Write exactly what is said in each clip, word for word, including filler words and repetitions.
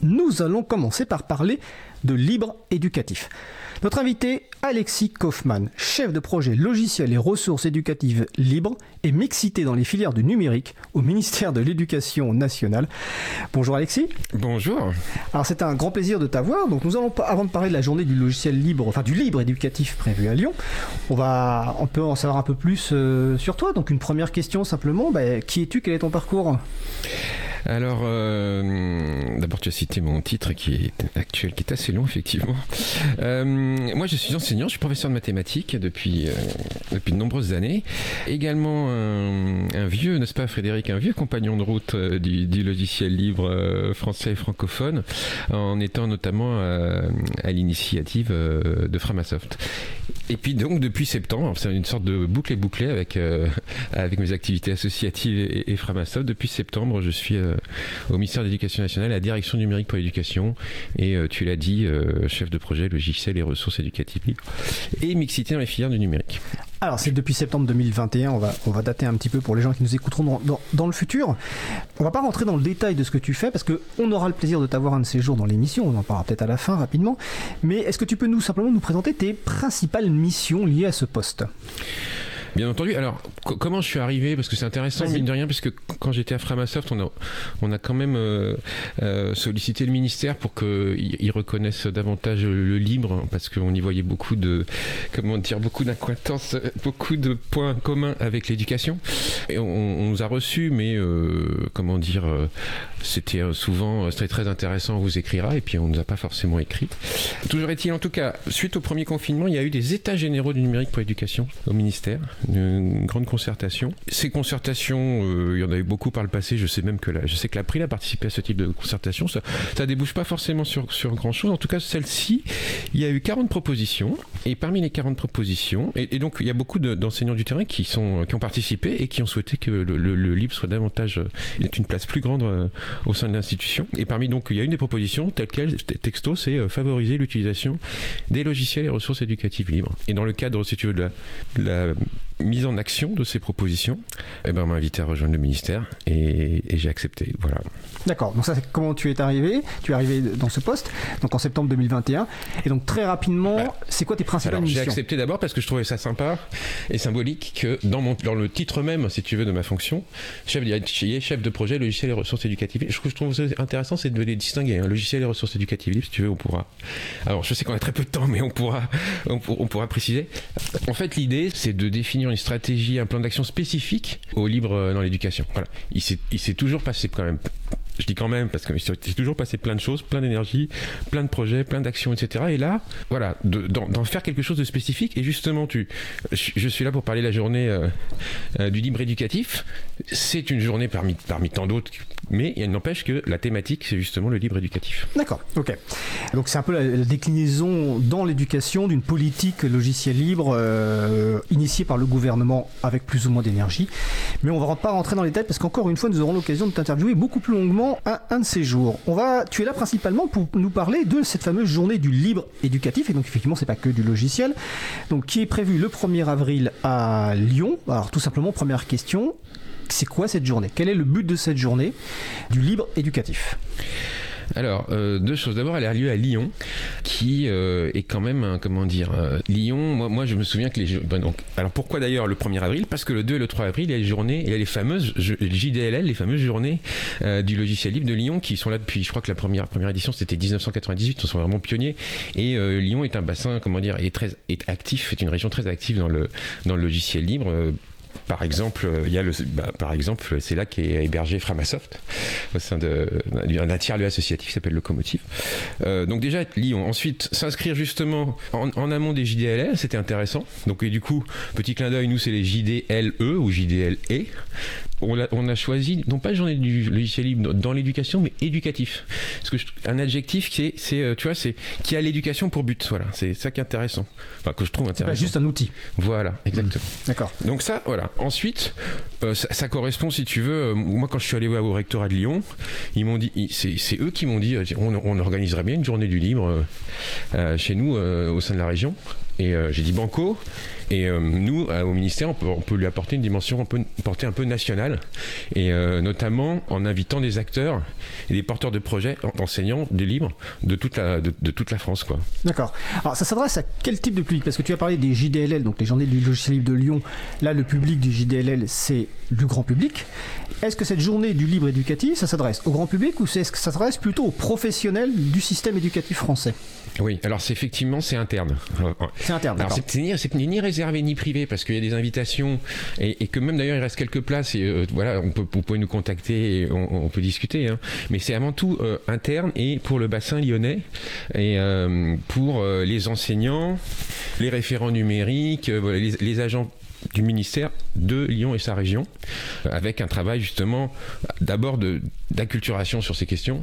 nous allons commencer par parler de libre éducatif. Notre invité, Alexis Kaufmann, chef de projet logiciels et ressources éducatives libres et mixité dans les filières du numérique au ministère de l'Éducation nationale. Bonjour Alexis. Bonjour. Alors c'est un grand plaisir de t'avoir. Donc nous allons, avant de parler de la journée du logiciel libre, enfin du libre éducatif prévu à Lyon, on va, on peut en savoir un peu plus euh, sur toi. Donc une première question simplement, bah, qui es-tu, quel est ton parcours ? Alors, euh, d'abord, tu as cité mon titre qui est actuel, qui est assez long, effectivement. Euh, moi, je suis enseignant, je suis professeur de mathématiques depuis, euh, depuis de nombreuses années. Également un, un vieux, n'est-ce pas, Frédéric, un vieux compagnon de route euh, du, du logiciel libre euh, français et francophone, en étant notamment euh, à l'initiative euh, de Framasoft. Et puis donc, depuis septembre, c'est une sorte de boucle et bouclée avec, euh, avec mes activités associatives et, et Framasoft. Depuis septembre, je suis euh, au ministère de l'Éducation nationale, à la direction numérique pour l'éducation, et euh, tu l'as dit, euh, chef de projet logiciel et ressources éducatives libres, et mixité dans les filières du numérique. Alors c'est depuis septembre deux mille vingt et un, on va, on va dater un petit peu pour les gens qui nous écouteront dans, dans, dans le futur. On va pas rentrer dans le détail de ce que tu fais, parce qu'on aura le plaisir de t'avoir un de ces jours dans l'émission, on en parlera peut-être à la fin rapidement, mais est-ce que tu peux nous simplement nous présenter tes principales missions liées à ce poste ? Bien entendu. Alors, c- comment je suis arrivé ? Parce que c'est intéressant, Vas-y. mine de rien, parce que quand j'étais à Framasoft, on a, on a quand même euh, euh, sollicité le ministère pour qu'il reconnaisse davantage le libre, parce qu'on y voyait beaucoup de, comment dire, beaucoup d'acquaintances, beaucoup de points communs avec l'éducation. Et on, on nous a reçus, mais euh, comment dire, euh, c'était souvent très très intéressant, on vous écrira, et puis on nous a pas forcément écrit. Toujours est-il, en tout cas, suite au premier confinement, il y a eu des états généraux du numérique pour l'éducation au ministère. Une grande concertation. Ces concertations, euh, il y en a eu beaucoup par le passé. Je sais même que la, je sais que l'April a participé à ce type de concertation. Ça, ça débouche pas forcément sur, sur grand chose. En tout cas, celle-ci, il y a eu quarante propositions. Et parmi les quarante propositions, et, et donc il y a beaucoup de, d'enseignants du terrain qui sont, qui ont participé et qui ont souhaité que le, le, le libre soit davantage, ait une place plus grande euh, au sein de l'institution. Et parmi donc, il y a une des propositions telle quelle, texto, c'est euh, favoriser l'utilisation des logiciels et ressources éducatives libres. Et dans le cadre, si tu veux, de la, de la mise en action de ces propositions, eh ben, on m'a invité à rejoindre le ministère et, et j'ai accepté. Voilà. D'accord, donc ça c'est comment tu es arrivé, tu es arrivé dans ce poste, donc en septembre deux mille vingt et un, et donc très rapidement, ouais. C'est quoi tes principales Alors, missions ? J'ai accepté d'abord parce que je trouvais ça sympa et symbolique que dans, mon, dans le titre même, si tu veux, de ma fonction, chef, chef de projet logiciel et ressources éducatives, ce que je trouve intéressant, c'est de les distinguer, hein, logiciel et ressources éducatives libres, si tu veux, on pourra... Alors je sais qu'on a très peu de temps, mais on pourra, on, on pourra préciser. En fait, l'idée, c'est de définir une stratégie, un plan d'action spécifique au libre dans l'éducation. Voilà. Il s'est, il s'est toujours passé quand même, je dis quand même parce que s'est toujours passé plein de choses, plein d'énergie, plein de projets, plein d'actions, et cetera. Et là, voilà, de, d'en, d'en faire quelque chose de spécifique. Et justement, tu, je suis là pour parler de la journée euh, euh, du libre éducatif. C'est une journée parmi, parmi tant d'autres, mais il n'empêche que la thématique, c'est justement le libre éducatif. D'accord, ok. Donc c'est un peu la, la déclinaison dans l'éducation d'une politique logicielle libre euh, initiée par le gouvernement avec plus ou moins d'énergie. Mais on ne va pas rentrer dans les détails parce qu'encore une fois, nous aurons l'occasion de t'interviewer beaucoup plus longuement un, un de ces jours. On va, tu es là principalement pour nous parler de cette fameuse journée du libre éducatif. Et donc effectivement, c'est pas que du logiciel. Donc qui est prévu le premier avril à Lyon. Alors tout simplement, première question. C'est quoi cette journée ? Quel est le but de cette journée du libre éducatif ? Alors, euh, deux choses. D'abord, elle a lieu à Lyon, qui euh, est quand même, un, comment dire, euh, Lyon, moi, moi je me souviens que les... Ben donc, alors pourquoi d'ailleurs le premier avril ? Parce que le deux et le trois avril, il y a les journées, il y a les fameuses J D L L, les fameuses journées euh, du logiciel libre de Lyon, qui sont là depuis, je crois que la première, première édition, c'était dix-neuf cent quatre-vingt-dix-huit, ils sont vraiment pionniers, et euh, Lyon est un bassin, comment dire, est très est actif, est une région très active dans le, dans le logiciel libre. Euh, Par exemple, il y a le, bah, par exemple, c'est là qu'est hébergé Framasoft au sein de, d'un tiers-lieu associatif qui s'appelle Locomotive. Euh, donc déjà Lyon. Ensuite, s'inscrire justement en, en amont des J D L L, c'était intéressant. Donc et du coup, petit clin d'œil, nous c'est les J D L E ou J D L E. On a, on a choisi non pas journée du logiciel libre dans l'éducation, mais éducatif. Parce que je, un adjectif qui est, c'est, tu vois, c'est qui a l'éducation pour but. Voilà, c'est ça qui est intéressant. Enfin, que je trouve intéressant. C'est pas juste un outil. Voilà, exactement. Mmh. D'accord. Donc ça, voilà. Ensuite, euh, ça, ça correspond, si tu veux, euh, moi quand je suis allé voir au rectorat de Lyon, ils m'ont dit, ils, c'est, c'est eux qui m'ont dit, on, on organiserait bien une journée du libre euh, euh, chez nous, euh, au sein de la région. Et euh, j'ai dit banco. Et euh, nous, euh, au ministère, on peut, on peut lui apporter une dimension un peu, une portée un peu nationale, et euh, notamment en invitant des acteurs et des porteurs de projets, enseignants des livres de toute la, de, de toute la France, quoi. D'accord. Alors ça s'adresse à quel type de public? Parce que tu as parlé des J D L L, donc les journées du logiciel libre de Lyon. Là, le public du J D L L, c'est du grand public. Est-ce que cette journée du libre éducatif, ça s'adresse au grand public ou est-ce que ça s'adresse plutôt aux professionnels du système éducatif français? Oui, alors c'est effectivement c'est interne. C'est interne. Alors c'est, c'est, ni, c'est ni réservé ni privé parce qu'il y a des invitations et, et que même d'ailleurs il reste quelques places et euh, voilà, on peut, vous pouvez nous contacter et on, on peut discuter. Hein. Mais c'est avant tout euh, interne et pour le bassin lyonnais et euh, pour euh, les enseignants, les référents numériques, euh, voilà, les, les agents du ministère de Lyon et sa région, avec un travail justement d'abord de, d'acculturation sur ces questions,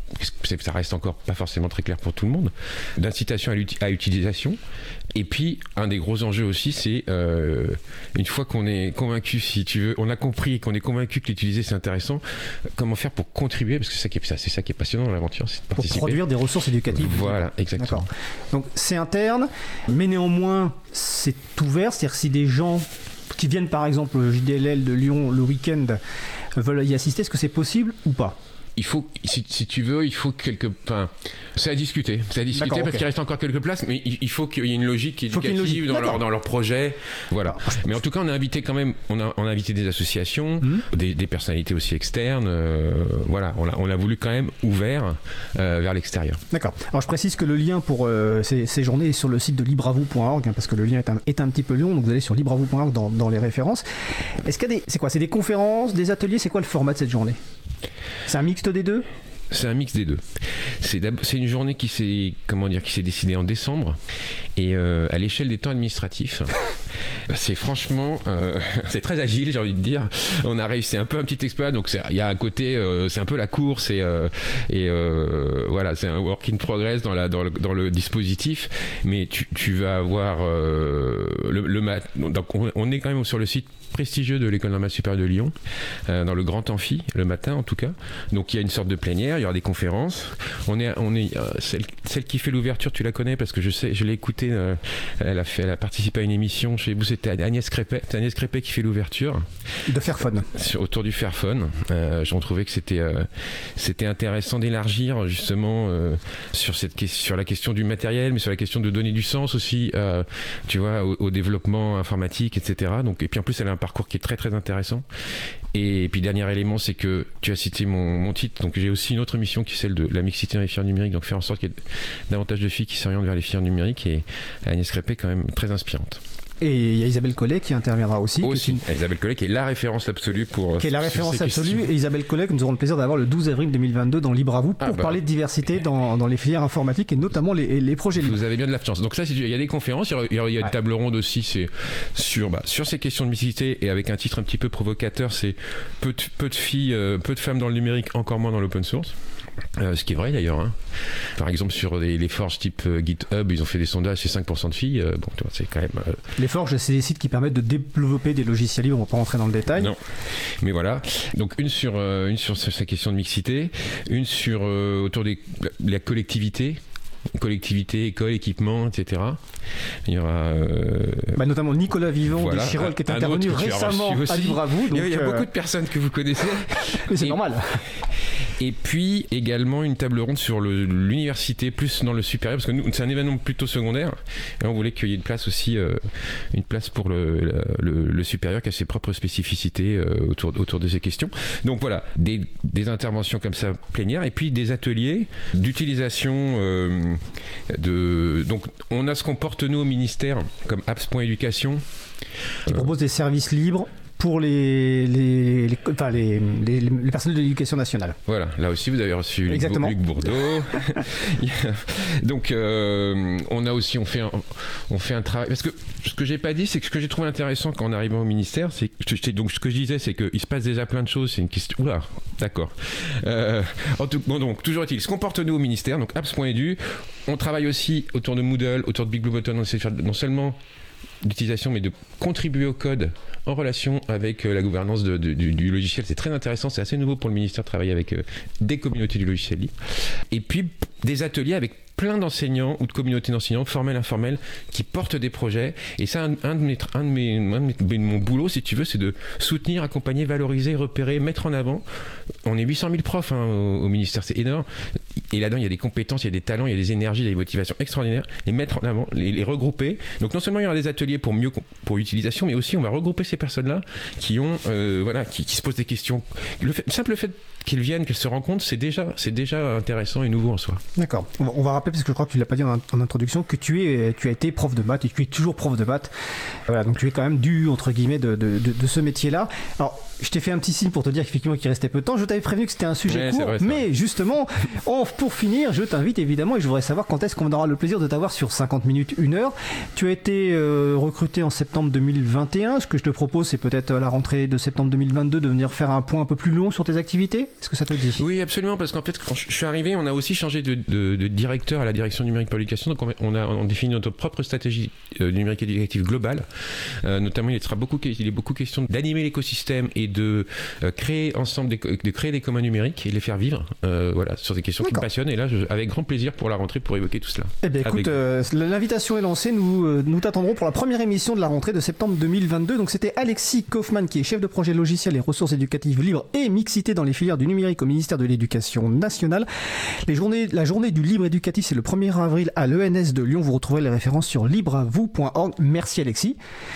ça reste encore pas forcément très clair pour tout le monde, d'incitation à, à l'utilisation, et puis un des gros enjeux aussi c'est euh, une fois qu'on est convaincu, si tu veux, on a compris et qu'on est convaincu que l'utiliser c'est intéressant, comment faire pour contribuer, parce que c'est ça qui est, c'est ça qui est passionnant dans l'aventure, c'est de participer. Pour produire des ressources éducatives. Voilà, exactement. D'accord. Donc c'est interne, mais néanmoins c'est ouvert, c'est-à-dire si des gens qui viennent par exemple au J D L L de Lyon le week-end veulent y assister, est-ce que c'est possible ou pas? Il faut, si, si tu veux, il faut quelques. Enfin, c'est à discuter. C'est à discuter D'accord, parce okay. qu'il reste encore quelques places, mais il, il faut qu'il y ait une logique éducative une logique. Dans, leur, dans leur projet. Voilà. Mais en tout cas, on a invité quand même, on a, on a invité des associations, mmh. des, des personnalités aussi externes. Euh, voilà, on a, on a voulu quand même ouvert euh, vers l'extérieur. D'accord. Alors je précise que le lien pour euh, ces, ces journées est sur le site de libre à vous point org, hein, parce que le lien est un, est un petit peu long, donc vous allez sur libre à vous point org dans, dans les références. Est-ce qu'il y a des, c'est quoi, c'est des conférences, des ateliers, c'est quoi le format de cette journée? C'est un mixte des deux? C'est un mix des deux. C'est, c'est une journée qui s'est, comment dire, qui s'est décidée en décembre et euh, à l'échelle des temps administratifs, c'est franchement, euh, c'est très agile, j'ai envie de dire. On a réussi, c'est un peu un petit exploit. Donc il y a un côté, euh, c'est un peu la course et, euh, et euh, voilà, c'est un work in progress dans la dans le, dans le dispositif. Mais tu, tu vas avoir euh, le, le mat. Donc on, on est quand même sur le site prestigieux de l'école normale supérieure de Lyon, euh, dans le grand amphi, le matin en tout cas. Donc il y a une sorte de plénière, il y aura des conférences. On est, on est, euh, celle, celle qui fait l'ouverture, tu la connais parce que je sais, je l'ai écoutée. Euh, elle a fait, elle a participé à une émission chez vous. C'était Agnès Crépet. C'est Agnès Crépet qui fait l'ouverture. De Fairphone. Sur, autour du Fairphone. Euh, J'en trouvais que c'était, euh, c'était intéressant d'élargir justement euh, sur cette, sur la question du matériel, mais sur la question de donner du sens aussi, euh, tu vois, au, au développement informatique, et cetera. Donc et puis en plus elle a un parcours qui est très très intéressant. Et, et puis dernier élément, c'est que tu as cité mon, mon titre, donc j'ai aussi une autre mission qui est celle de la mixité dans les filières numériques, donc faire en sorte qu'il y ait davantage de filles qui s'orientent vers les filières numériques, et Agnès Crépet est quand même très inspirante. Et il y a Isabelle Collet qui interviendra aussi. Aussi, une... Isabelle Collet qui est la référence absolue pour... Qui est la référence absolue. Et Isabelle Collet que nous aurons le plaisir d'avoir le douze avril deux mille vingt-deux dans Libre à vous pour ah bah. parler de diversité dans, dans les filières informatiques et notamment les, les projets libres. Vous avez bien de la chance. Donc ça, il y a des conférences, il y a, il y a une ouais. table ronde aussi, c'est sur, bah, sur ces questions de mixité et avec un titre un petit peu provocateur, c'est peu de, peu de filles, euh, peu de femmes dans le numérique, encore moins dans l'open source. Euh, ce qui est vrai d'ailleurs, hein. Par exemple sur les, les forges type euh, GitHub, ils ont fait des sondages, c'est cinq pour cent de filles, euh, bon, tu vois, c'est quand même... Euh... Les forges, c'est des sites qui permettent de développer des logiciels libres, on va pas rentrer dans le détail. Non, mais voilà, donc une sur, euh, une sur sa question de mixité, une sur euh, autour de la collectivité, collectivité, école, équipement, et cetera. Il y aura... Euh... Bah, notamment Nicolas Vivant voilà, de Chirol qui est intervenu récemment à Libre à vous. Donc il y a euh... beaucoup de personnes que vous connaissez. Mais c'est et... normal. Et puis également une table ronde sur le, l'université, plus dans le supérieur, parce que nous, c'est un événement plutôt secondaire, et on voulait qu'il y ait une place aussi, euh, une place pour le, le, le supérieur qui a ses propres spécificités euh, autour, autour de ces questions. Donc voilà, des, des interventions comme ça plénières, et puis des ateliers d'utilisation euh, de... Donc on a ce qu'on porte nous au ministère comme apps point éducation. Qui euh, propose des services libres pour les, les, les, enfin les, les, les personnels de l'éducation nationale. Voilà, là aussi vous avez reçu Luc, Luc Bourdeau. Donc euh, on a aussi, on fait, un, on fait un travail, parce que ce que j'ai pas dit, c'est que ce que j'ai trouvé intéressant quand on arrivait au ministère, c'est que, donc ce que je disais, c'est qu'il se passe déjà plein de choses, c'est une question, oula, d'accord. Euh, en tout, bon, donc toujours est-il, ce qu'on porte nous au ministère, donc apps point edu, on travaille aussi autour de Moodle, autour de Big Blue Button, on essaie de faire non seulement d'utilisation, mais de contribuer au code en relation avec euh, la gouvernance de, de, du, du logiciel. C'est très intéressant, c'est assez nouveau pour le ministère de travailler avec euh, des communautés du logiciel libre. Et puis, des ateliers avec plein d'enseignants ou de communautés d'enseignants, formels, informels, qui portent des projets. Et ça, un, un, de mes, un, de mes, un de mes, mon boulot, si tu veux, c'est de soutenir, accompagner, valoriser, repérer, mettre en avant. On est huit cent mille profs hein, au, au ministère, c'est énorme. Et là-dedans, il y a des compétences, il y a des talents, il y a des énergies, il y a des motivations extraordinaires. Les mettre en avant, les, les regrouper. Donc non seulement il y aura des ateliers pour mieux pour utilisation, mais aussi on va regrouper ces personnes-là qui ont, euh, voilà, qui, qui se posent des questions. Le, fait, le simple fait qu'ils viennent, qu'elles se rencontrent, c'est déjà, c'est déjà intéressant et nouveau en soi. D'accord. On va, on va rappeler, parce que je crois que tu ne l'as pas dit en, en introduction, que tu, es, tu as été prof de maths et tu es toujours prof de maths. Voilà, donc tu es quand même dû, entre guillemets, de, de, de, de ce métier-là. Alors, je t'ai fait un petit signe pour te dire qu'effectivement qu'il restait peu de temps. Je t'avais prévenu que c'était un sujet ouais, court, vrai, mais vrai. justement, en, pour finir, je t'invite évidemment, et je voudrais savoir quand est-ce qu'on aura le plaisir de t'avoir sur cinquante minutes, une heure. Tu as été euh, recruté en septembre deux mille vingt et un. Ce que je te propose, c'est peut-être à la rentrée de septembre deux mille vingt-deux de venir faire un point un peu plus long sur tes activités. Est-ce que ça te dit ? Oui, absolument, parce qu'en fait, quand je suis arrivé, on a aussi changé de, de, de directeur à la direction numérique pour l'éducation. Donc, on a, on a défini notre propre stratégie euh, numérique éducative globale. Euh, notamment, il sera beaucoup, il est beaucoup question d'animer l'écosystème et de euh, créer ensemble, des, de créer des communs numériques et de les faire vivre. Euh, voilà, sur des questions D'accord. qui me passionnent. Et là, je, avec grand plaisir pour la rentrée, pour évoquer tout cela. Eh bien, écoute, euh, l'invitation est lancée. Nous, euh, nous t'attendrons pour la première émission de la rentrée de septembre deux mille vingt-deux. Donc, c'était Alexis Kaufmann, qui est chef de projet logiciel et ressources éducatives libres et mixité dans les filières du numérique au ministère de l'Éducation nationale. Les journées, la journée du libre éducatif, c'est le premier avril à l'E N S de Lyon. Vous retrouverez les références sur libre à vous point org. Merci Alexis.